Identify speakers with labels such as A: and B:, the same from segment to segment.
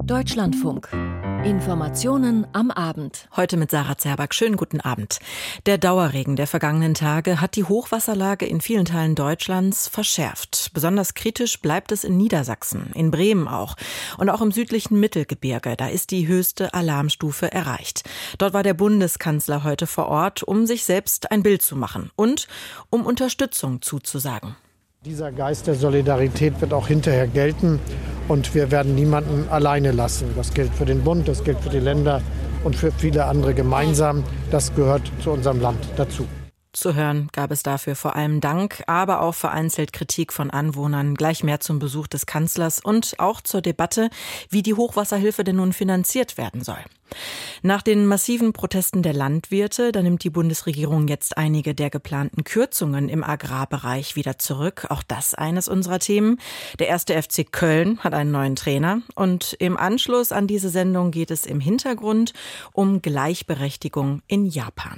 A: Deutschlandfunk. Informationen am Abend.
B: Heute mit Sarah Zerback. Schönen guten Abend. Der Dauerregen der vergangenen Tage hat die Hochwasserlage in vielen Teilen Deutschlands verschärft. Besonders kritisch bleibt es in Niedersachsen, in Bremen auch. Und auch im südlichen Mittelgebirge, da ist die höchste Alarmstufe erreicht. Dort war der Bundeskanzler heute vor Ort, um sich selbst ein Bild zu machen und um Unterstützung zuzusagen.
C: Dieser Geist der Solidarität wird auch hinterher gelten und wir werden niemanden alleine lassen. Das gilt für den Bund, das gilt für die Länder und für viele andere gemeinsam. Das gehört zu unserem Land dazu.
B: Zu hören gab es dafür vor allem Dank, aber auch vereinzelt Kritik von Anwohnern. Gleich mehr zum Besuch des Kanzlers und auch zur Debatte, wie die Hochwasserhilfe denn nun finanziert werden soll. Nach den massiven Protesten der Landwirte, da nimmt die Bundesregierung jetzt einige der geplanten Kürzungen im Agrarbereich wieder zurück. Auch das eines unserer Themen. Der 1. FC Köln hat einen neuen Trainer. Und im Anschluss an diese Sendung geht es im Hintergrund um Gleichberechtigung in Japan.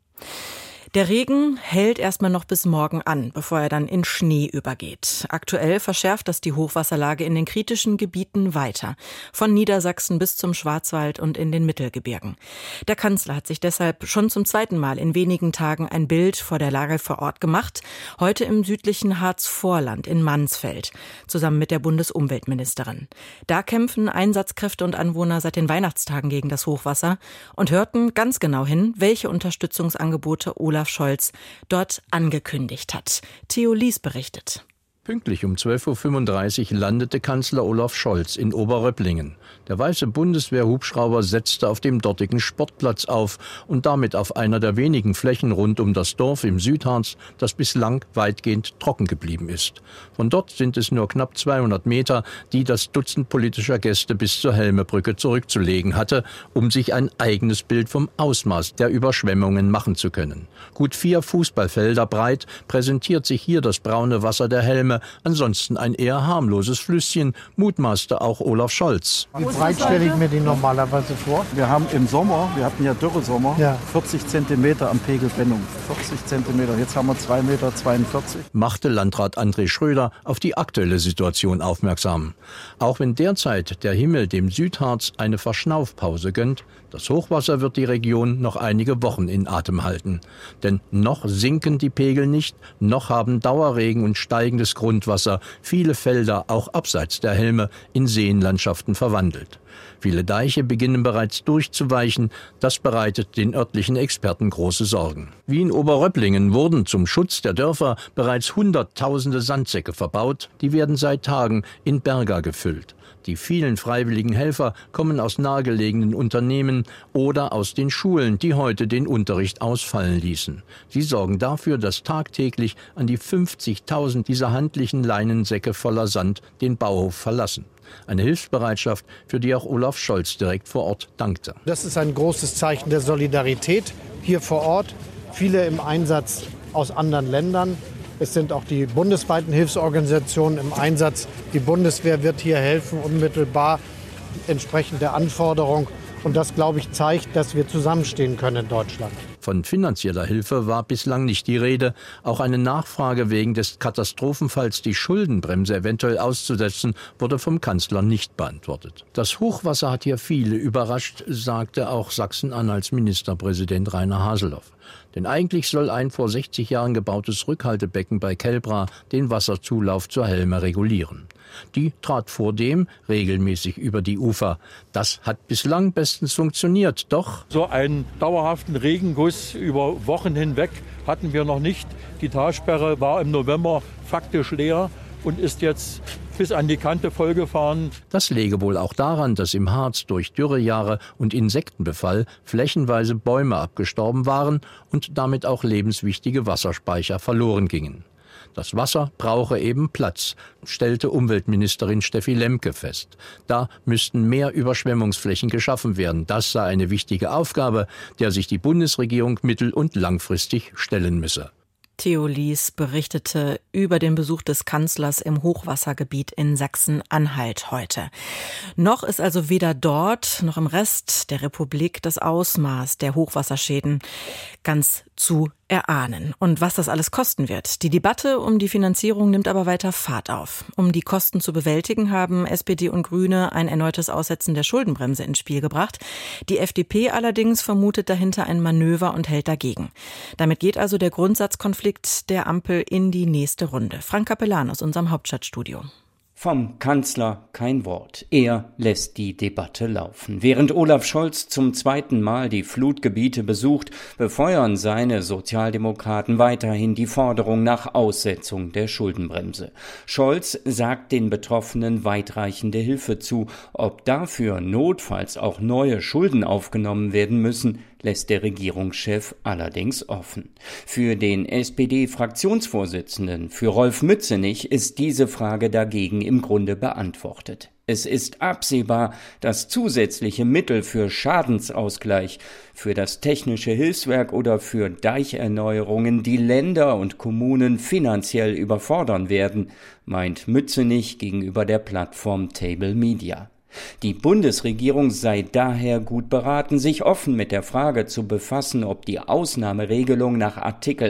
B: Der Regen hält erstmal noch bis morgen an, bevor er dann in Schnee übergeht. Aktuell verschärft das die Hochwasserlage in den kritischen Gebieten weiter. Von Niedersachsen bis zum Schwarzwald und in den Mittelgebirgen. Der Kanzler hat sich deshalb schon zum zweiten Mal in wenigen Tagen ein Bild vor der Lage vor Ort gemacht. Heute im südlichen Harzvorland in Mansfeld, zusammen mit der Bundesumweltministerin. Da kämpfen Einsatzkräfte und Anwohner seit den Weihnachtstagen gegen das Hochwasser und hörten ganz genau hin, welche Unterstützungsangebote Olaf Scholz dort angekündigt hat. Theo Lies berichtet.
D: Pünktlich um 12.35 Uhr landete Kanzler Olaf Scholz in Oberröpplingen. Der weiße Bundeswehr-Hubschrauber setzte auf dem dortigen Sportplatz auf und damit auf einer der wenigen Flächen rund um das Dorf im Südharz, das bislang weitgehend trocken geblieben ist. Von dort sind es nur knapp 200 Meter, die das Dutzend politischer Gäste bis zur Helmebrücke zurückzulegen hatte, um sich ein eigenes Bild vom Ausmaß der Überschwemmungen machen zu können. Gut 4 Fußballfelder breit präsentiert sich hier das braune Wasser der Helme. Ansonsten ein eher harmloses Flüsschen, mutmaßte auch Olaf Scholz.
C: Wie breit stelle ich mir die normalerweise vor?
E: Wir haben im Sommer, wir hatten ja Dürresommer, 40 Zentimeter am Pegelbindung. 40 Zentimeter, jetzt haben wir 2,42 Meter.
D: Machte Landrat André Schröder auf die aktuelle Situation aufmerksam. Auch wenn derzeit der Himmel dem Südharz eine Verschnaufpause gönnt, das Hochwasser wird die Region noch einige Wochen in Atem halten. Denn noch sinken die Pegel nicht, noch haben Dauerregen und steigendes Grundwasser viele Felder auch abseits der Helme in Seenlandschaften verwandelt. Viele Deiche beginnen bereits durchzuweichen, das bereitet den örtlichen Experten große Sorgen. Wie in Oberröpplingen wurden zum Schutz der Dörfer bereits Hunderttausende Sandsäcke verbaut, die werden seit Tagen in Berger gefüllt. Die vielen freiwilligen Helfer kommen aus nahegelegenen Unternehmen oder aus den Schulen, die heute den Unterricht ausfallen ließen. Sie sorgen dafür, dass tagtäglich an die 50.000 dieser handlichen Leinensäcke voller Sand den Bauhof verlassen. Eine Hilfsbereitschaft, für die auch Olaf Scholz direkt vor Ort dankte.
C: Das ist ein großes Zeichen der Solidarität hier vor Ort. Viele im Einsatz aus anderen Ländern. Es sind auch die bundesweiten Hilfsorganisationen im Einsatz. Die Bundeswehr wird hier helfen, unmittelbar entsprechend der Anforderung. Und das, glaube ich, zeigt, dass wir zusammenstehen können in Deutschland.
D: Von finanzieller Hilfe war bislang nicht die Rede. Auch eine Nachfrage wegen des Katastrophenfalls, die Schuldenbremse eventuell auszusetzen, wurde vom Kanzler nicht beantwortet. Das Hochwasser hat hier viele überrascht, sagte auch Sachsen-Anhalts Ministerpräsident Rainer Haseloff. Denn eigentlich soll ein vor 60 Jahren gebautes Rückhaltebecken bei Kelbra den Wasserzulauf zur Helme regulieren. Die trat vordem regelmäßig über die Ufer. Das hat bislang bestens funktioniert, doch
F: so einen dauerhaften Regenguss über Wochen hinweg hatten wir noch nicht. Die Talsperre war im November faktisch leer und ist jetzt bis an die Kante vollgefahren.
D: Das läge wohl auch daran, dass im Harz durch Dürrejahre und Insektenbefall flächenweise Bäume abgestorben waren und damit auch lebenswichtige Wasserspeicher verloren gingen. Das Wasser brauche eben Platz, stellte Umweltministerin Steffi Lemke fest. Da müssten mehr Überschwemmungsflächen geschaffen werden. Das sei eine wichtige Aufgabe, der sich die Bundesregierung mittel- und langfristig stellen müsse.
B: Theo Lies berichtete über den Besuch des Kanzlers im Hochwassergebiet in Sachsen-Anhalt heute. Noch ist also weder dort noch im Rest der Republik das Ausmaß der Hochwasserschäden ganz zu erahnen. Und was das alles kosten wird. Die Debatte um die Finanzierung nimmt aber weiter Fahrt auf. Um die Kosten zu bewältigen, haben SPD und Grüne ein erneutes Aussetzen der Schuldenbremse ins Spiel gebracht. Die FDP allerdings vermutet dahinter ein Manöver und hält dagegen. Damit geht also der Grundsatzkonflikt der Ampel in die nächste Runde. Frank Capellan aus unserem Hauptstadtstudio.
G: Vom Kanzler kein Wort. Er lässt die Debatte laufen. Während Olaf Scholz zum zweiten Mal die Flutgebiete besucht, befeuern seine Sozialdemokraten weiterhin die Forderung nach Aussetzung der Schuldenbremse. Scholz sagt den Betroffenen weitreichende Hilfe zu. Ob dafür notfalls auch neue Schulden aufgenommen werden müssen, lässt der Regierungschef allerdings offen. Für den SPD-Fraktionsvorsitzenden, für Rolf Mützenich, ist diese Frage dagegen im Grunde beantwortet. Es ist absehbar, dass zusätzliche Mittel für Schadensausgleich, für das technische Hilfswerk oder für Deicherneuerungen die Länder und Kommunen finanziell überfordern werden, meint Mützenich gegenüber der Plattform Table Media. Die Bundesregierung sei daher gut beraten, sich offen mit der Frage zu befassen, ob die Ausnahmeregelung nach Artikel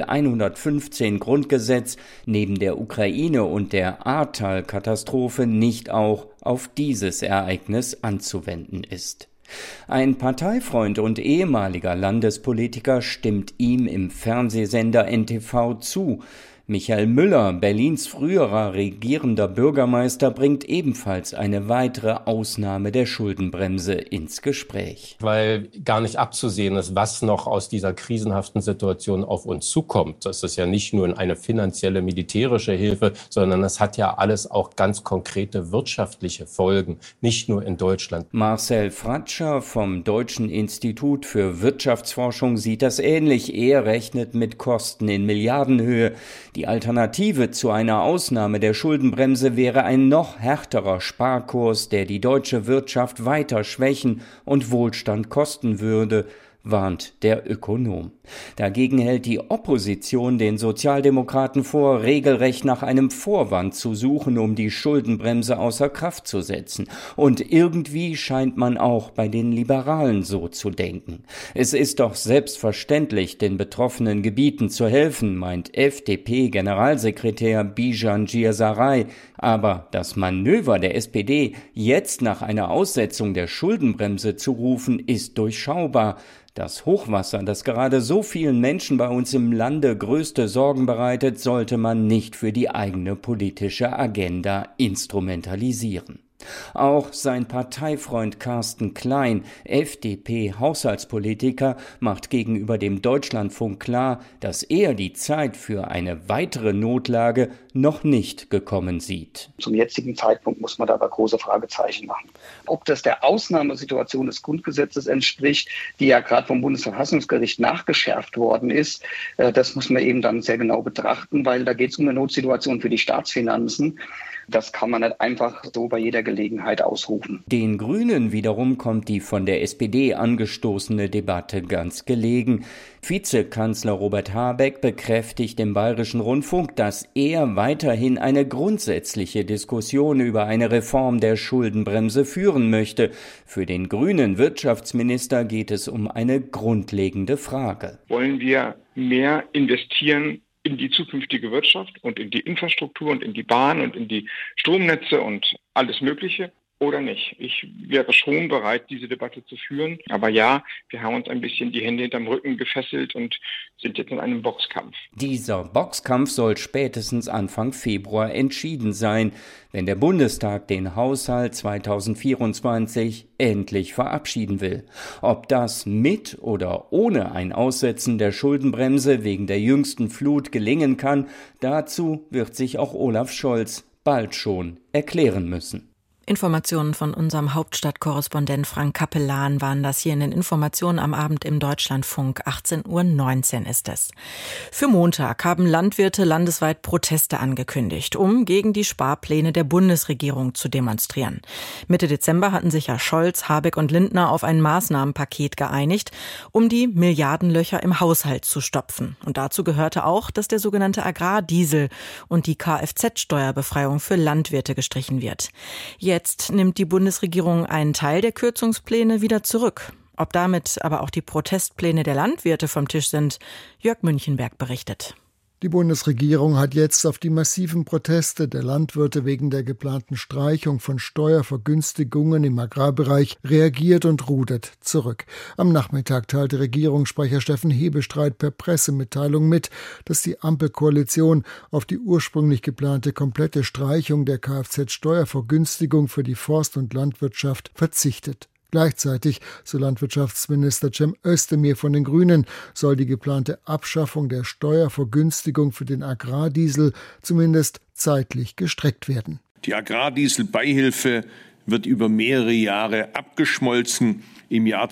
G: 115 Grundgesetz neben der Ukraine und der Ahrtal-Katastrophe nicht auch auf dieses Ereignis anzuwenden ist. Ein Parteifreund und ehemaliger Landespolitiker stimmt ihm im Fernsehsender NTV zu. Michael Müller, Berlins früherer regierender Bürgermeister, bringt ebenfalls eine weitere Ausnahme der Schuldenbremse ins Gespräch.
H: Weil gar nicht abzusehen ist, was noch aus dieser krisenhaften Situation auf uns zukommt. Das ist ja nicht nur eine finanzielle, militärische Hilfe, sondern es hat ja alles auch ganz konkrete wirtschaftliche Folgen, nicht nur in Deutschland.
G: Marcel Fratscher vom Deutschen Institut für Wirtschaftsforschung sieht das ähnlich. Er rechnet mit Kosten in Milliardenhöhe. Die Alternative zu einer Ausnahme der Schuldenbremse wäre ein noch härterer Sparkurs, der die deutsche Wirtschaft weiter schwächen und Wohlstand kosten würde, warnt der Ökonom. Dagegen hält die Opposition den Sozialdemokraten vor, regelrecht nach einem Vorwand zu suchen, um die Schuldenbremse außer Kraft zu setzen. Und irgendwie scheint man auch bei den Liberalen so zu denken. Es ist doch selbstverständlich, den betroffenen Gebieten zu helfen, meint FDP-Generalsekretär Bijan Giasaray. Aber das Manöver der SPD, jetzt nach einer Aussetzung der Schuldenbremse zu rufen, ist durchschaubar. Das Hochwasser, das gerade so vielen Menschen bei uns im Lande größte Sorgen bereitet, sollte man nicht für die eigene politische Agenda instrumentalisieren. Auch sein Parteifreund Carsten Klein, FDP-Haushaltspolitiker, macht gegenüber dem Deutschlandfunk klar, dass er die Zeit für eine weitere Notlage noch nicht gekommen sieht.
I: Zum jetzigen Zeitpunkt muss man da aber große Fragezeichen machen. Ob das der Ausnahmesituation des Grundgesetzes entspricht, die ja gerade vom Bundesverfassungsgericht nachgeschärft worden ist, das muss man eben dann sehr genau betrachten, weil da geht es um eine Notsituation für die Staatsfinanzen. Das kann man nicht einfach so bei jeder Gelegenheit ausrufen.
G: Den Grünen wiederum kommt die von der SPD angestoßene Debatte ganz gelegen. Vizekanzler Robert Habeck bekräftigt im Bayerischen Rundfunk, dass er weiterhin eine grundsätzliche Diskussion über eine Reform der Schuldenbremse führen möchte. Für den grünen Wirtschaftsminister geht es um eine grundlegende Frage.
J: Wollen wir mehr investieren in die zukünftige Wirtschaft und in die Infrastruktur und in die Bahn und in die Stromnetze und alles Mögliche oder nicht? Ich wäre schon bereit, diese Debatte zu führen. Aber ja, wir haben uns ein bisschen die Hände hinterm Rücken gefesselt und sind jetzt in einem Boxkampf.
G: Dieser Boxkampf soll spätestens Anfang Februar entschieden sein, wenn der Bundestag den Haushalt 2024 endlich verabschieden will. Ob das mit oder ohne ein Aussetzen der Schuldenbremse wegen der jüngsten Flut gelingen kann, dazu wird sich auch Olaf Scholz bald schon erklären müssen.
B: Informationen von unserem Hauptstadtkorrespondent Frank Kapellan waren das hier in den Informationen am Abend im Deutschlandfunk. 18:19 Uhr ist es. Für Montag haben Landwirte landesweit Proteste angekündigt, um gegen die Sparpläne der Bundesregierung zu demonstrieren. Mitte Dezember hatten sich ja Scholz, Habeck und Lindner auf ein Maßnahmenpaket geeinigt, um die Milliardenlöcher im Haushalt zu stopfen. Und dazu gehörte auch, dass der sogenannte Agrardiesel und die Kfz-Steuerbefreiung für Landwirte gestrichen wird. Jetzt nimmt die Bundesregierung einen Teil der Kürzungspläne wieder zurück. Ob damit aber auch die Protestpläne der Landwirte vom Tisch sind, Jörg Münchenberg berichtet.
K: Die Bundesregierung hat jetzt auf die massiven Proteste der Landwirte wegen der geplanten Streichung von Steuervergünstigungen im Agrarbereich reagiert und rudert zurück. Am Nachmittag teilte Regierungssprecher Steffen Hebestreit per Pressemitteilung mit, dass die Ampelkoalition auf die ursprünglich geplante komplette Streichung der Kfz-Steuervergünstigung für die Forst- und Landwirtschaft verzichtet. Gleichzeitig, so Landwirtschaftsminister Cem Özdemir von den Grünen, soll die geplante Abschaffung der Steuervergünstigung für den Agrardiesel zumindest zeitlich gestreckt werden.
L: Die Agrardieselbeihilfe wird über mehrere Jahre abgeschmolzen. Im Jahr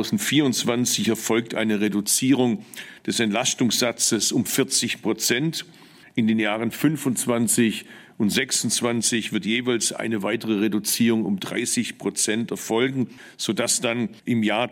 L: 2024 erfolgt eine Reduzierung des Entlastungssatzes um 40%. In den Jahren 25 und 26 wird jeweils eine weitere Reduzierung um 30% erfolgen, sodass dann im Jahr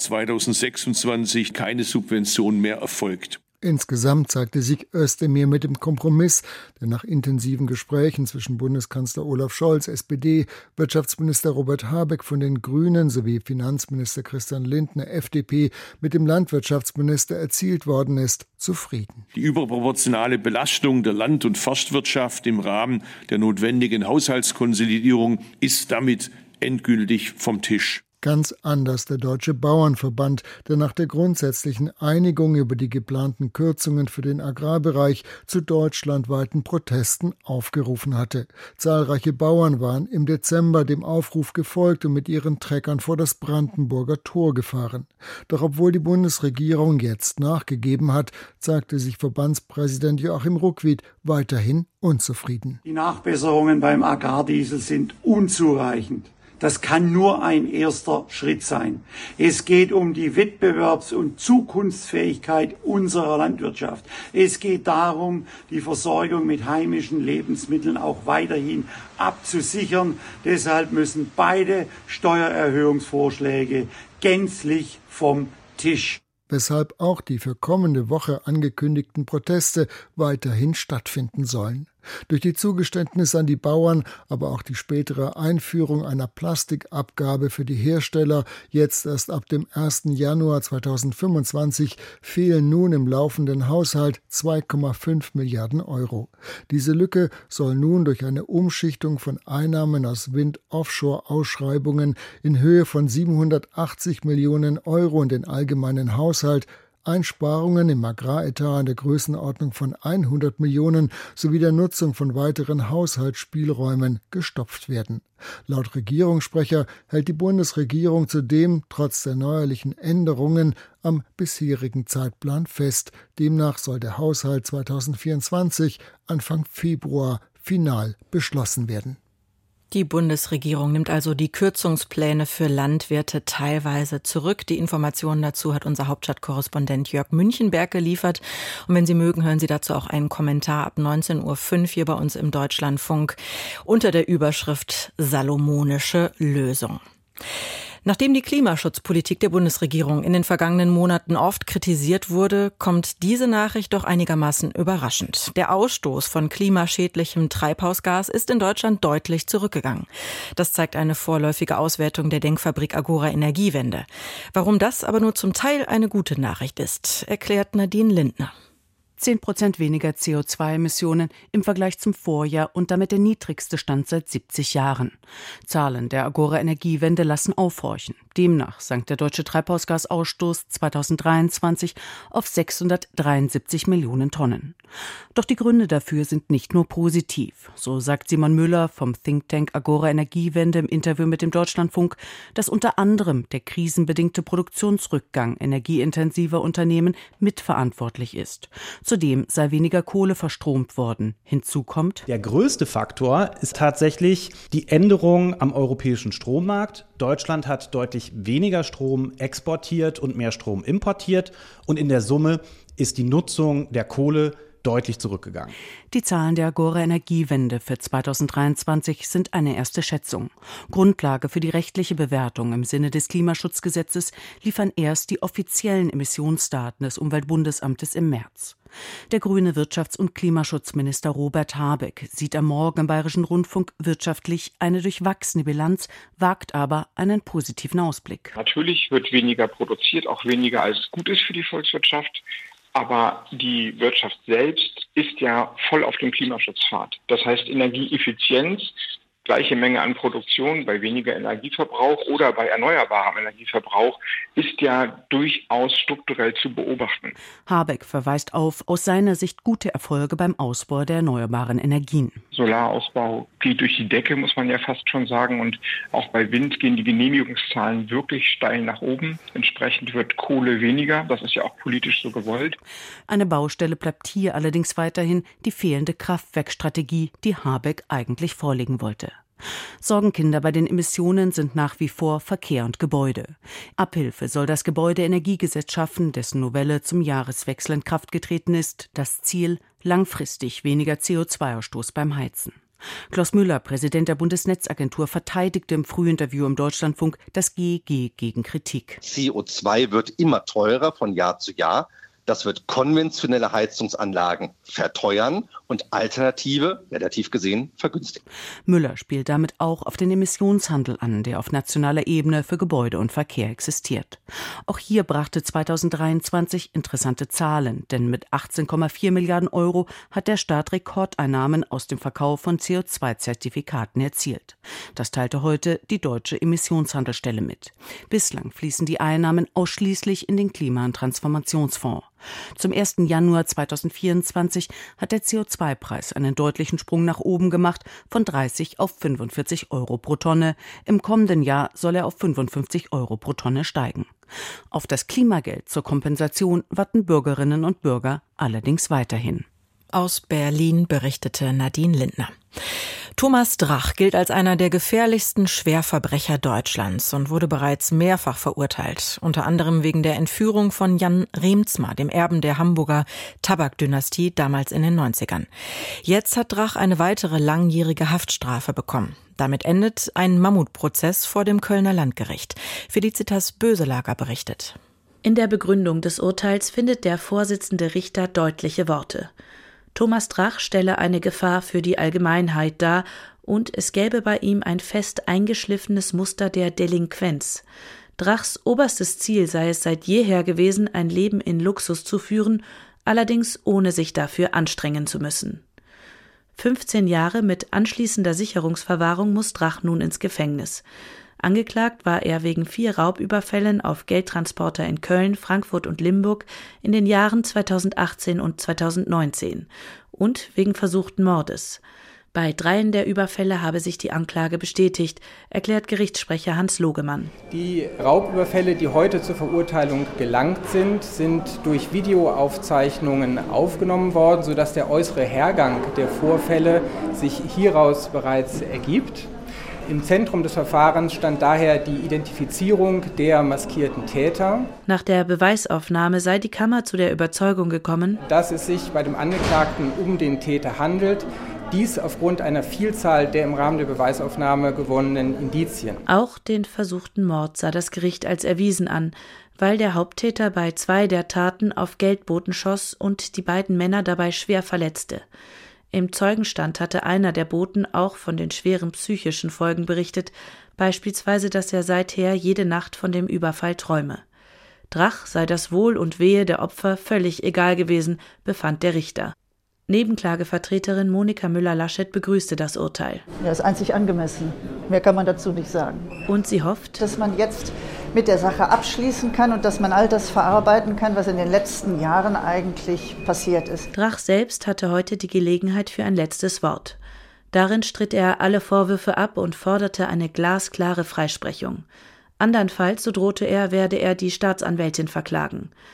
L: 2026 keine Subvention mehr erfolgt.
K: Insgesamt zeigte sich Özdemir mit dem Kompromiss, der nach intensiven Gesprächen zwischen Bundeskanzler Olaf Scholz, SPD, Wirtschaftsminister Robert Habeck von den Grünen sowie Finanzminister Christian Lindner, FDP, mit dem Landwirtschaftsminister erzielt worden ist, zufrieden.
L: Die überproportionale Belastung der Land- und Forstwirtschaft im Rahmen der notwendigen Haushaltskonsolidierung ist damit endgültig vom Tisch.
K: Ganz anders der Deutsche Bauernverband, der nach der grundsätzlichen Einigung über die geplanten Kürzungen für den Agrarbereich zu deutschlandweiten Protesten aufgerufen hatte. Zahlreiche Bauern waren im Dezember dem Aufruf gefolgt und mit ihren Treckern vor das Brandenburger Tor gefahren. Doch obwohl die Bundesregierung jetzt nachgegeben hat, zeigte sich Verbandspräsident Joachim Ruckwied weiterhin unzufrieden.
M: Die Nachbesserungen beim Agrardiesel sind unzureichend. Das kann nur ein erster Schritt sein. Es geht um die Wettbewerbs- und Zukunftsfähigkeit unserer Landwirtschaft. Es geht darum, die Versorgung mit heimischen Lebensmitteln auch weiterhin abzusichern. Deshalb müssen beide Steuererhöhungsvorschläge gänzlich vom Tisch.
K: Weshalb auch die für kommende Woche angekündigten Proteste weiterhin stattfinden sollen. Durch die Zugeständnisse an die Bauern, aber auch die spätere Einführung einer Plastikabgabe für die Hersteller, jetzt erst ab dem 1. Januar 2025, fehlen nun im laufenden Haushalt 2,5 Milliarden Euro. Diese Lücke soll nun durch eine Umschichtung von Einnahmen aus Wind-Offshore-Ausschreibungen in Höhe von 780 Millionen Euro in den allgemeinen Haushalt, Einsparungen im Agraretat in der Größenordnung von 100 Millionen sowie der Nutzung von weiteren Haushaltsspielräumen gestopft werden. Laut Regierungssprecher hält die Bundesregierung zudem trotz der neuerlichen Änderungen am bisherigen Zeitplan fest. Demnach soll der Haushalt 2024 Anfang Februar final beschlossen werden.
B: Die Bundesregierung nimmt also die Kürzungspläne für Landwirte teilweise zurück. Die Informationen dazu hat unser Hauptstadtkorrespondent Jörg Münchenberg geliefert. Und wenn Sie mögen, hören Sie dazu auch einen Kommentar ab 19:05 Uhr hier bei uns im Deutschlandfunk unter der Überschrift Salomonische Lösung. Nachdem die Klimaschutzpolitik der Bundesregierung in den vergangenen Monaten oft kritisiert wurde, kommt diese Nachricht doch einigermaßen überraschend. Der Ausstoß von klimaschädlichem Treibhausgas ist in Deutschland deutlich zurückgegangen. Das zeigt eine vorläufige Auswertung der Denkfabrik Agora Energiewende. Warum das aber nur zum Teil eine gute Nachricht ist, erklärt Nadine Lindner.
N: 10% weniger CO2-Emissionen im Vergleich zum Vorjahr und damit der niedrigste Stand seit 70 Jahren. Zahlen der Agora Energiewende lassen aufhorchen. Demnach sank der deutsche Treibhausgasausstoß 2023 auf 673 Millionen Tonnen. Doch die Gründe dafür sind nicht nur positiv. So sagt Simon Müller vom Think Tank Agora Energiewende im Interview mit dem Deutschlandfunk, dass unter anderem der krisenbedingte Produktionsrückgang energieintensiver Unternehmen mitverantwortlich ist. Zudem sei weniger Kohle verstromt worden. Hinzu kommt:
O: Der größte Faktor ist tatsächlich die Änderung am europäischen Strommarkt. Deutschland hat deutlich weniger Strom exportiert und mehr Strom importiert. Und in der Summe ist die Nutzung der Kohle deutlich zurückgegangen.
N: Die Zahlen der Agora Energiewende für 2023 sind eine erste Schätzung. Grundlage für die rechtliche Bewertung im Sinne des Klimaschutzgesetzes liefern erst die offiziellen Emissionsdaten des Umweltbundesamtes im März. Der grüne Wirtschafts- und Klimaschutzminister Robert Habeck sieht am Morgen im Bayerischen Rundfunk wirtschaftlich eine durchwachsene Bilanz, wagt aber einen positiven Ausblick.
J: Natürlich wird weniger produziert, auch weniger als gut ist für die Volkswirtschaft. Aber die Wirtschaft selbst ist ja voll auf dem Klimaschutzpfad. Das heißt, Energieeffizienz, gleiche Menge an Produktion bei weniger Energieverbrauch oder bei erneuerbarem Energieverbrauch ist ja durchaus strukturell zu beobachten.
N: Habeck verweist auf aus seiner Sicht gute Erfolge beim Ausbau der erneuerbaren Energien.
J: Solarausbau geht durch die Decke, muss man ja fast schon sagen. Und auch bei Wind gehen die Genehmigungszahlen wirklich steil nach oben. Entsprechend wird Kohle weniger. Das ist ja auch politisch so gewollt.
N: Eine Baustelle bleibt hier allerdings weiterhin die fehlende Kraftwerkstrategie, die Habeck eigentlich vorlegen wollte. Sorgenkinder bei den Emissionen sind nach wie vor Verkehr und Gebäude. Abhilfe soll das Gebäudeenergiegesetz schaffen, dessen Novelle zum Jahreswechsel in Kraft getreten ist. Das Ziel: langfristig weniger CO2-Ausstoß beim Heizen. Klaus Müller, Präsident der Bundesnetzagentur, verteidigte im Frühinterview im Deutschlandfunk das GEG gegen Kritik.
P: CO2 wird immer teurer von Jahr zu Jahr. Das wird konventionelle Heizungsanlagen verteuern und alternative, relativ gesehen, vergünstigen.
N: Müller spielt damit auch auf den Emissionshandel an, der auf nationaler Ebene für Gebäude und Verkehr existiert. Auch hier brachte 2023 interessante Zahlen, denn mit 18,4 Milliarden Euro hat der Staat Rekordeinnahmen aus dem Verkauf von CO2-Zertifikaten erzielt. Das teilte heute die Deutsche Emissionshandelsstelle mit. Bislang fließen die Einnahmen ausschließlich in den Klima- und Transformationsfonds. Zum 1. Januar 2024 hat der CO2-Preis einen deutlichen Sprung nach oben gemacht, von 30 auf 45 Euro pro Tonne. Im kommenden Jahr soll er auf 55 Euro pro Tonne steigen. Auf das Klimageld zur Kompensation warten Bürgerinnen und Bürger allerdings weiterhin.
B: Aus Berlin berichtete Nadine Lindner. Thomas Drach gilt als einer der gefährlichsten Schwerverbrecher Deutschlands und wurde bereits mehrfach verurteilt, unter anderem wegen der Entführung von Jan Reemtsma, dem Erben der Hamburger Tabakdynastie, damals in den 90ern. Jetzt hat Drach eine weitere langjährige Haftstrafe bekommen. Damit endet ein Mammutprozess vor dem Kölner Landgericht. Felicitas Böselager berichtet.
Q: In der Begründung des Urteils findet der Vorsitzende Richter deutliche Worte. Thomas Drach stelle eine Gefahr für die Allgemeinheit dar und es gäbe bei ihm ein fest eingeschliffenes Muster der Delinquenz. Drachs oberstes Ziel sei es seit jeher gewesen, ein Leben in Luxus zu führen, allerdings ohne sich dafür anstrengen zu müssen. 15 Jahre mit anschließender Sicherungsverwahrung muss Drach nun ins Gefängnis. Angeklagt war er wegen 4 Raubüberfällen auf Geldtransporter in Köln, Frankfurt und Limburg in den Jahren 2018 und 2019 und wegen versuchten Mordes. Bei 3 der Überfälle habe sich die Anklage bestätigt, erklärt Gerichtssprecher Hans Logemann.
R: Die Raubüberfälle, die heute zur Verurteilung gelangt sind, sind durch Videoaufzeichnungen aufgenommen worden, sodass der äußere Hergang der Vorfälle sich hieraus bereits ergibt. Im Zentrum des Verfahrens stand daher die Identifizierung der maskierten Täter.
Q: Nach der Beweisaufnahme sei die Kammer zu der Überzeugung gekommen,
R: dass es sich bei dem Angeklagten um den Täter handelt. Dies aufgrund einer Vielzahl der im Rahmen der Beweisaufnahme gewonnenen Indizien.
Q: Auch den versuchten Mord sah das Gericht als erwiesen an, weil der Haupttäter bei 2 der Taten auf Geldboten schoss und die beiden Männer dabei schwer verletzte. Im Zeugenstand hatte einer der Boten auch von den schweren psychischen Folgen berichtet, beispielsweise, dass er seither jede Nacht von dem Überfall träume. Drach sei das Wohl und Wehe der Opfer völlig egal gewesen, befand der Richter. Nebenklagevertreterin Monika Müller-Laschet begrüßte das Urteil.
S: Ja, ist einzig angemessen. Mehr kann man dazu nicht sagen.
Q: Und sie hofft,
S: dass man jetzt mit der Sache abschließen kann und dass man all das verarbeiten kann, was in den letzten Jahren eigentlich passiert ist.
Q: Drach selbst hatte heute die Gelegenheit für ein letztes Wort. Darin stritt er alle Vorwürfe ab und forderte eine glasklare Freisprechung. Andernfalls, so drohte er, werde er die Staatsanwältin verklagen.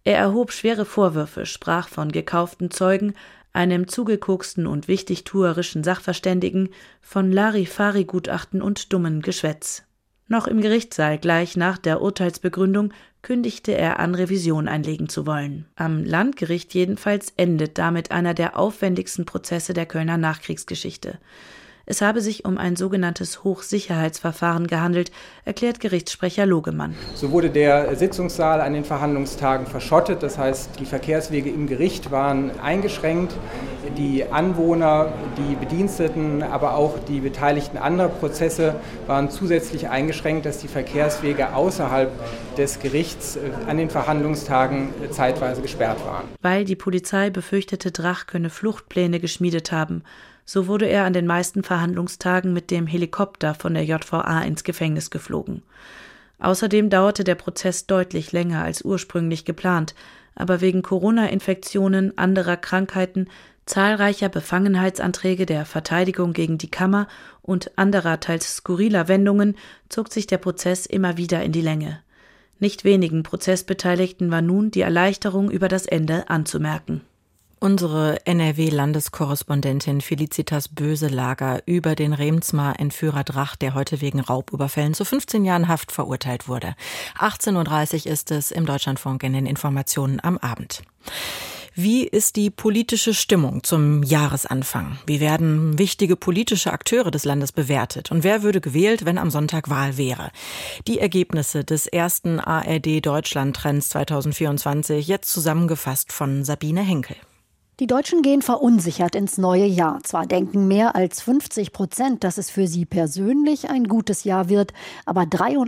Q: Er erhob schwere Vorwürfe, sprach von gekauften Zeugen, einem zugekoksten und wichtigtuerischen Sachverständigen, von Larifari-Gutachten und dummen Geschwätz. Noch im Gerichtssaal, gleich nach der Urteilsbegründung, kündigte er an, Revision einlegen zu wollen. Am Landgericht jedenfalls endet damit einer der aufwendigsten Prozesse der Kölner Nachkriegsgeschichte. Es habe sich um ein sogenanntes Hochsicherheitsverfahren gehandelt, erklärt Gerichtssprecher Logemann.
R: So wurde der Sitzungssaal an den Verhandlungstagen verschottet, das heißt, die Verkehrswege im Gericht waren eingeschränkt. Die Anwohner, die Bediensteten, aber auch die Beteiligten anderer Prozesse waren zusätzlich eingeschränkt, dass die Verkehrswege außerhalb des Gerichts an den Verhandlungstagen zeitweise gesperrt waren.
Q: Weil die Polizei befürchtete, Drach könne Fluchtpläne geschmiedet haben. So wurde er an den meisten Verhandlungstagen mit dem Helikopter von der JVA ins Gefängnis geflogen. Außerdem dauerte der Prozess deutlich länger als ursprünglich geplant, aber wegen Corona-Infektionen, anderer Krankheiten, zahlreicher Befangenheitsanträge der Verteidigung gegen die Kammer und anderer teils skurriler Wendungen zog sich der Prozess immer wieder in die Länge. Nicht wenigen Prozessbeteiligten war nun die Erleichterung über das Ende anzumerken.
B: Unsere NRW-Landeskorrespondentin Felicitas Böselager über den Remsmar-Entführer Drach, der heute wegen Raubüberfällen zu 15 Jahren Haft verurteilt wurde. 18.30 Uhr ist es im Deutschlandfunk in den Informationen am Abend. Wie ist die politische Stimmung zum Jahresanfang? Wie werden wichtige politische Akteure des Landes bewertet? Und wer würde gewählt, wenn am Sonntag Wahl wäre? Die Ergebnisse des ersten ARD-Deutschland-Trends 2024, jetzt zusammengefasst von Sabine Henkel.
T: Die Deutschen gehen verunsichert ins neue Jahr. Zwar denken mehr als 50%, dass es für sie persönlich ein gutes Jahr wird, aber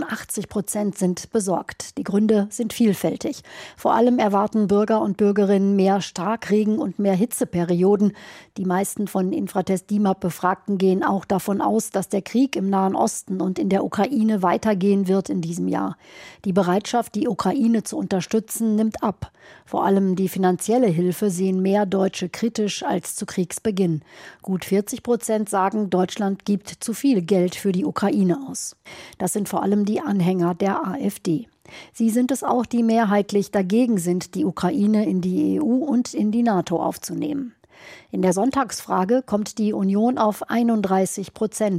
T: 83% sind besorgt. Die Gründe sind vielfältig. Vor allem erwarten Bürger und Bürgerinnen mehr Starkregen und mehr Hitzeperioden. Die meisten von Infratest DIMAP Befragten gehen auch davon aus, dass der Krieg im Nahen Osten und in der Ukraine weitergehen wird in diesem Jahr. Die Bereitschaft, die Ukraine zu unterstützen, nimmt ab. Vor allem die finanzielle Hilfe sehen mehr Deutsche kritisch als zu Kriegsbeginn. Gut 40% sagen, Deutschland gibt zu viel Geld für die Ukraine aus. Das sind vor allem die Anhänger der AfD. Sie sind es auch, die mehrheitlich dagegen sind, die Ukraine in die EU und in die NATO aufzunehmen. In der Sonntagsfrage kommt die Union auf 31%,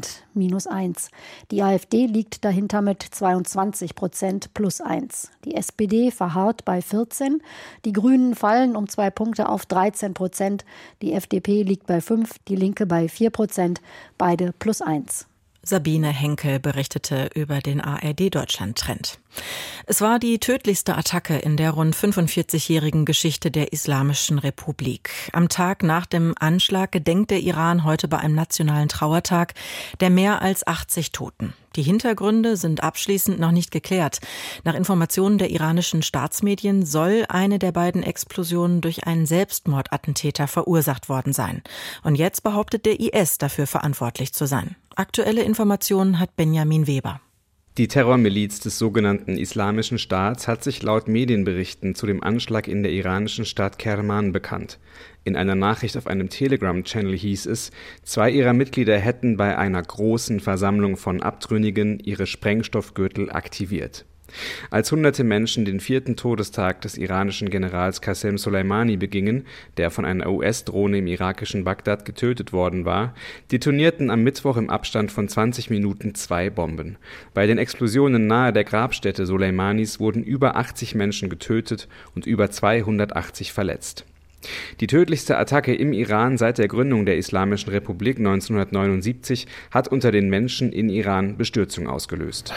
T: -1. Die AfD liegt dahinter mit 22%, +1. Die SPD verharrt bei 14%, die Grünen fallen um 2 Punkte auf 13%, die FDP liegt bei 5%, die Linke bei 4%, beide +1.
B: Sabine Henkel berichtete über den ARD-Deutschland-Trend. Es war die tödlichste Attacke in der rund 45-jährigen Geschichte der Islamischen Republik. Am Tag nach dem Anschlag gedenkt der Iran heute bei einem nationalen Trauertag der mehr als 80 Toten. Die Hintergründe sind abschließend noch nicht geklärt. Nach Informationen der iranischen Staatsmedien soll eine der beiden Explosionen durch einen Selbstmordattentäter verursacht worden sein. Und jetzt behauptet der IS dafür verantwortlich zu sein. Aktuelle Informationen hat Benjamin Weber.
U: Die Terrormiliz des sogenannten Islamischen Staats hat sich laut Medienberichten zu dem Anschlag in der iranischen Stadt Kerman bekannt. In einer Nachricht auf einem Telegram-Channel hieß es, 2 ihrer Mitglieder hätten bei einer großen Versammlung von Abtrünnigen ihre Sprengstoffgürtel aktiviert. Als hunderte Menschen den 4. Todestag des iranischen Generals Qasem Soleimani begingen, der von einer US-Drohne im irakischen Bagdad getötet worden war, detonierten am Mittwoch im Abstand von 20 Minuten 2 Bomben. Bei den Explosionen nahe der Grabstätte Soleimanis wurden über 80 Menschen getötet und über 280 verletzt. Die tödlichste Attacke im Iran seit der Gründung der Islamischen Republik 1979 hat unter den Menschen in Iran Bestürzung ausgelöst.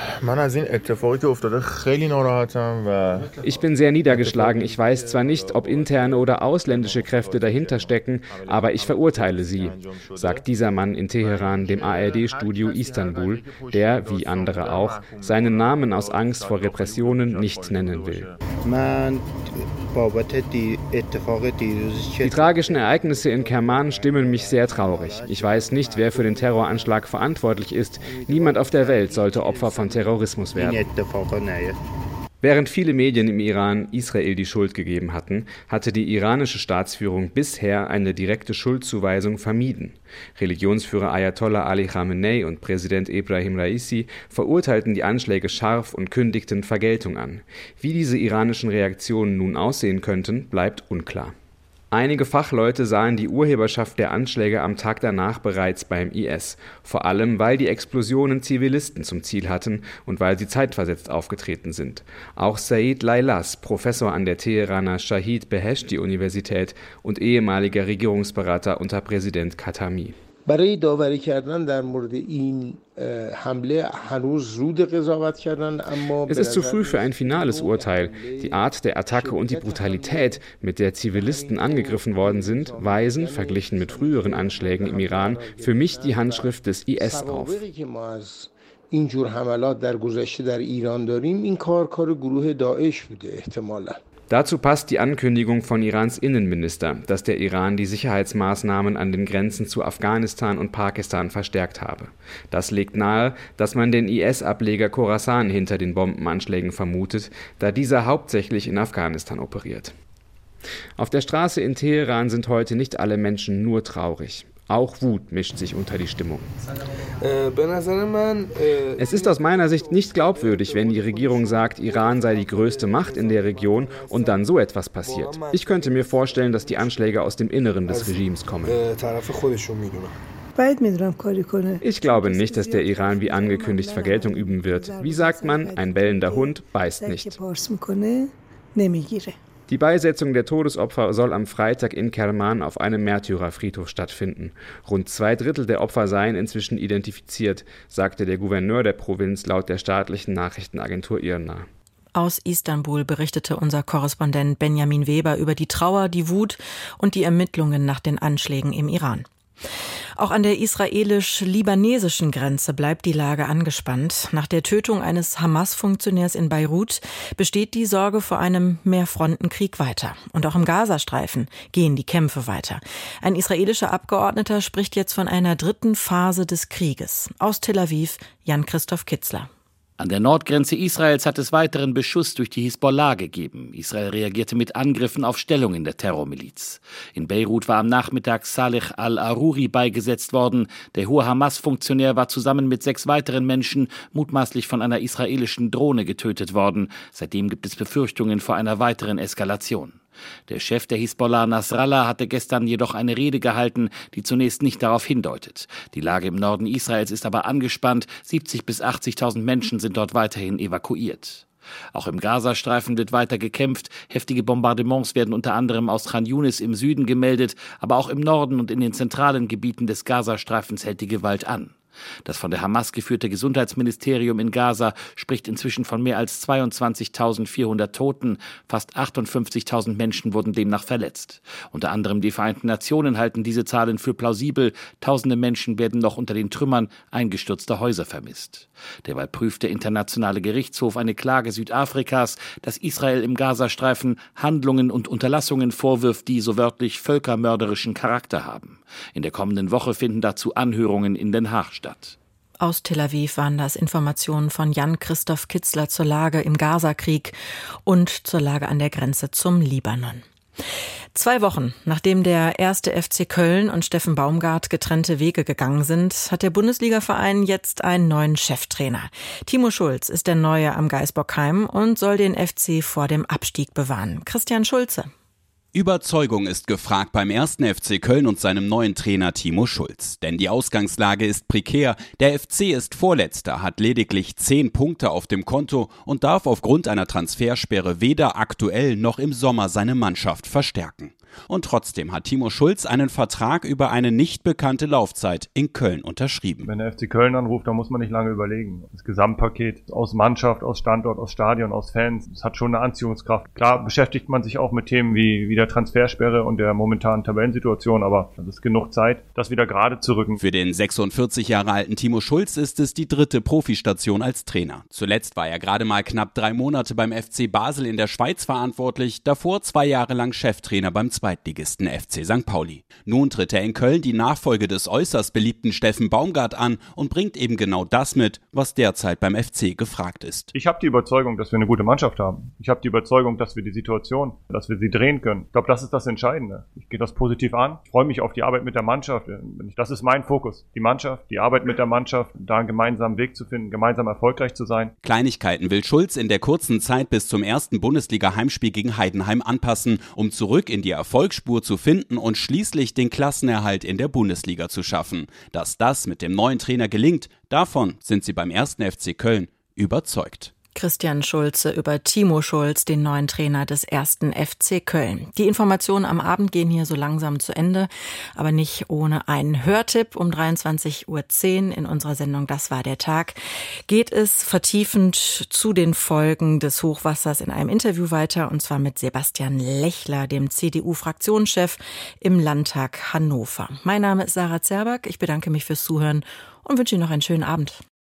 U: Ich bin sehr niedergeschlagen. Ich weiß zwar nicht, ob interne oder ausländische Kräfte dahinter stecken, aber ich verurteile sie, sagt dieser Mann in Teheran dem ARD-Studio Istanbul, der, wie andere auch, seinen Namen aus Angst vor Repressionen nicht nennen will. Die tragischen Ereignisse in Kerman stimmen mich sehr traurig. Ich weiß nicht, wer für den Terroranschlag verantwortlich ist. Niemand auf der Welt sollte Opfer von Terrorismus werden. Während viele Medien im Iran Israel die Schuld gegeben hatten, hatte die iranische Staatsführung bisher eine direkte Schuldzuweisung vermieden. Religionsführer Ayatollah Ali Khamenei und Präsident Ebrahim Raisi verurteilten die Anschläge scharf und kündigten Vergeltung an. Wie diese iranischen Reaktionen nun aussehen könnten, bleibt unklar. Einige Fachleute sahen die Urheberschaft der Anschläge am Tag danach bereits beim IS, vor allem weil die Explosionen Zivilisten zum Ziel hatten und weil sie zeitversetzt aufgetreten sind. Auch Said Lailas, Professor an der Teheraner Shahid Beheshti-Universität und ehemaliger Regierungsberater unter Präsident Khatami.
A: برای داوری کردن در مورد این حمله هنوز زود قضاوت کردن اما
U: Es ist zu früh für ein finales Urteil. Die Art der Attacke und die Brutalität, mit der Zivilisten angegriffen worden sind, weisen, verglichen mit früheren Anschlägen im Iran, für mich die Handschrift des IS auf.
A: این جور حملات در گذشته در ایران داریم این کار گروه داعش بوده احتمالاً.
U: Dazu passt die Ankündigung von Irans Innenminister, dass der Iran die Sicherheitsmaßnahmen an den Grenzen zu Afghanistan und Pakistan verstärkt habe. Das legt nahe, dass man den IS-Ableger Khorasan hinter den Bombenanschlägen vermutet, da dieser hauptsächlich in Afghanistan operiert. Auf der Straße in Teheran sind heute nicht alle Menschen nur traurig. Auch Wut mischt sich unter die Stimmung. Es ist aus meiner Sicht nicht glaubwürdig, wenn die Regierung sagt, Iran sei die größte Macht in der Region und dann so etwas passiert. Ich könnte mir vorstellen, dass die Anschläge aus dem Inneren des Regimes kommen. Ich glaube nicht, dass der Iran wie angekündigt Vergeltung üben wird. Wie sagt man, ein bellender Hund beißt nicht. Die Beisetzung der Todesopfer soll am Freitag in Kerman auf einem Märtyrerfriedhof stattfinden. Rund 2/3 der Opfer seien inzwischen identifiziert, sagte der Gouverneur der Provinz laut der staatlichen Nachrichtenagentur IRNA.
B: Aus Istanbul berichtete unser Korrespondent Benjamin Weber über die Trauer, die Wut und die Ermittlungen nach den Anschlägen im Iran. Auch an der israelisch-libanesischen Grenze bleibt die Lage angespannt. Nach der Tötung eines Hamas-Funktionärs in Beirut besteht die Sorge vor einem Mehrfrontenkrieg weiter. Und auch im Gazastreifen gehen die Kämpfe weiter. Ein israelischer Abgeordneter spricht jetzt von einer dritten Phase des Krieges. Aus Tel Aviv, Jan-Christoph Kitzler.
V: An der Nordgrenze Israels hat es weiteren Beschuss durch die Hisbollah gegeben. Israel reagierte mit Angriffen auf Stellungen der Terrormiliz. In Beirut war am Nachmittag Saleh al-Aruri beigesetzt worden. Der hohe Hamas-Funktionär war zusammen mit 6 weiteren Menschen mutmaßlich von einer israelischen Drohne getötet worden. Seitdem gibt es Befürchtungen vor einer weiteren Eskalation. Der Chef der Hisbollah, Nasrallah, hatte gestern jedoch eine Rede gehalten, die zunächst nicht darauf hindeutet. Die Lage im Norden Israels ist aber angespannt. 70.000 bis 80.000 Menschen sind dort weiterhin evakuiert. Auch im Gazastreifen wird weiter gekämpft. Heftige Bombardements werden unter anderem aus Khan Yunis im Süden gemeldet, aber auch im Norden und in den zentralen Gebieten des Gazastreifens hält die Gewalt an. Das von der Hamas geführte Gesundheitsministerium in Gaza spricht inzwischen von mehr als 22.400 Toten. Fast 58.000 Menschen wurden demnach verletzt. Unter anderem die Vereinten Nationen halten diese Zahlen für plausibel. Tausende Menschen werden noch unter den Trümmern eingestürzter Häuser vermisst. Derweil prüft der Internationale Gerichtshof eine Klage Südafrikas, dass Israel im Gazastreifen Handlungen und Unterlassungen vorwirft, die so wörtlich völkermörderischen Charakter haben. In der kommenden Woche finden dazu Anhörungen in Den Haag statt.
B: Aus Tel Aviv waren das Informationen von Jan-Christoph Kitzler zur Lage im Gazakrieg und zur Lage an der Grenze zum Libanon. 2 Wochen, nachdem der 1. FC Köln und Steffen Baumgart getrennte Wege gegangen sind, hat der Bundesligaverein jetzt einen neuen Cheftrainer. Timo Schulz ist der Neue am Gaisbockheim und soll den FC vor dem Abstieg bewahren. Christian Schulze.
W: Überzeugung ist gefragt beim 1. FC Köln und seinem neuen Trainer Timo Schulz. Denn die Ausgangslage ist prekär. Der FC ist Vorletzter, hat lediglich 10 Punkte auf dem Konto und darf aufgrund einer Transfersperre weder aktuell noch im Sommer seine Mannschaft verstärken. Und trotzdem hat Timo Schulz einen Vertrag über eine nicht bekannte Laufzeit in Köln unterschrieben.
X: Wenn der FC Köln anruft, dann muss man nicht lange überlegen. Das Gesamtpaket aus Mannschaft, aus Standort, aus Stadion, aus Fans, das hat schon eine Anziehungskraft. Klar beschäftigt man sich auch mit Themen wie der Transfersperre und der momentanen Tabellensituation, aber es ist genug Zeit, das wieder gerade zu rücken.
W: Für den 46 Jahre alten Timo Schulz ist es die 3. Profistation als Trainer. Zuletzt war er gerade mal knapp 3 Monate beim FC Basel in der Schweiz verantwortlich, davor 2 Jahre lang Cheftrainer beim 2. Zweitligisten FC St. Pauli. Nun tritt er in Köln die Nachfolge des äußerst beliebten Steffen Baumgart an und bringt eben genau das mit, was derzeit beim FC gefragt ist.
X: Ich habe die Überzeugung, dass wir eine gute Mannschaft haben. Ich habe die Überzeugung, dass wir die Situation, dass wir sie drehen können. Ich glaube, das ist das Entscheidende. Ich gehe das positiv an. Ich freue mich auf die Arbeit mit der Mannschaft. Das ist mein Fokus. Die Mannschaft, die Arbeit mit der Mannschaft, da einen gemeinsamen Weg zu finden, gemeinsam erfolgreich zu sein.
W: Kleinigkeiten will Schulz in der kurzen Zeit bis zum ersten Bundesliga-Heimspiel gegen Heidenheim anpassen, um zurück in die Erfolgsspur zu finden und schließlich den Klassenerhalt in der Bundesliga zu schaffen. Dass das mit dem neuen Trainer gelingt, davon sind sie beim 1. FC Köln überzeugt.
B: Christian Schulze über Timo Schulz, den neuen Trainer des 1. FC Köln. Die Informationen am Abend gehen hier so langsam zu Ende, aber nicht ohne einen Hörtipp. Um 23:10 Uhr in unserer Sendung Das war der Tag geht es vertiefend zu den Folgen des Hochwassers in einem Interview weiter, und zwar mit Sebastian Lechler, dem CDU-Fraktionschef im Landtag Hannover. Mein Name ist Sarah Zerback. Ich bedanke mich fürs Zuhören und wünsche Ihnen noch einen schönen Abend.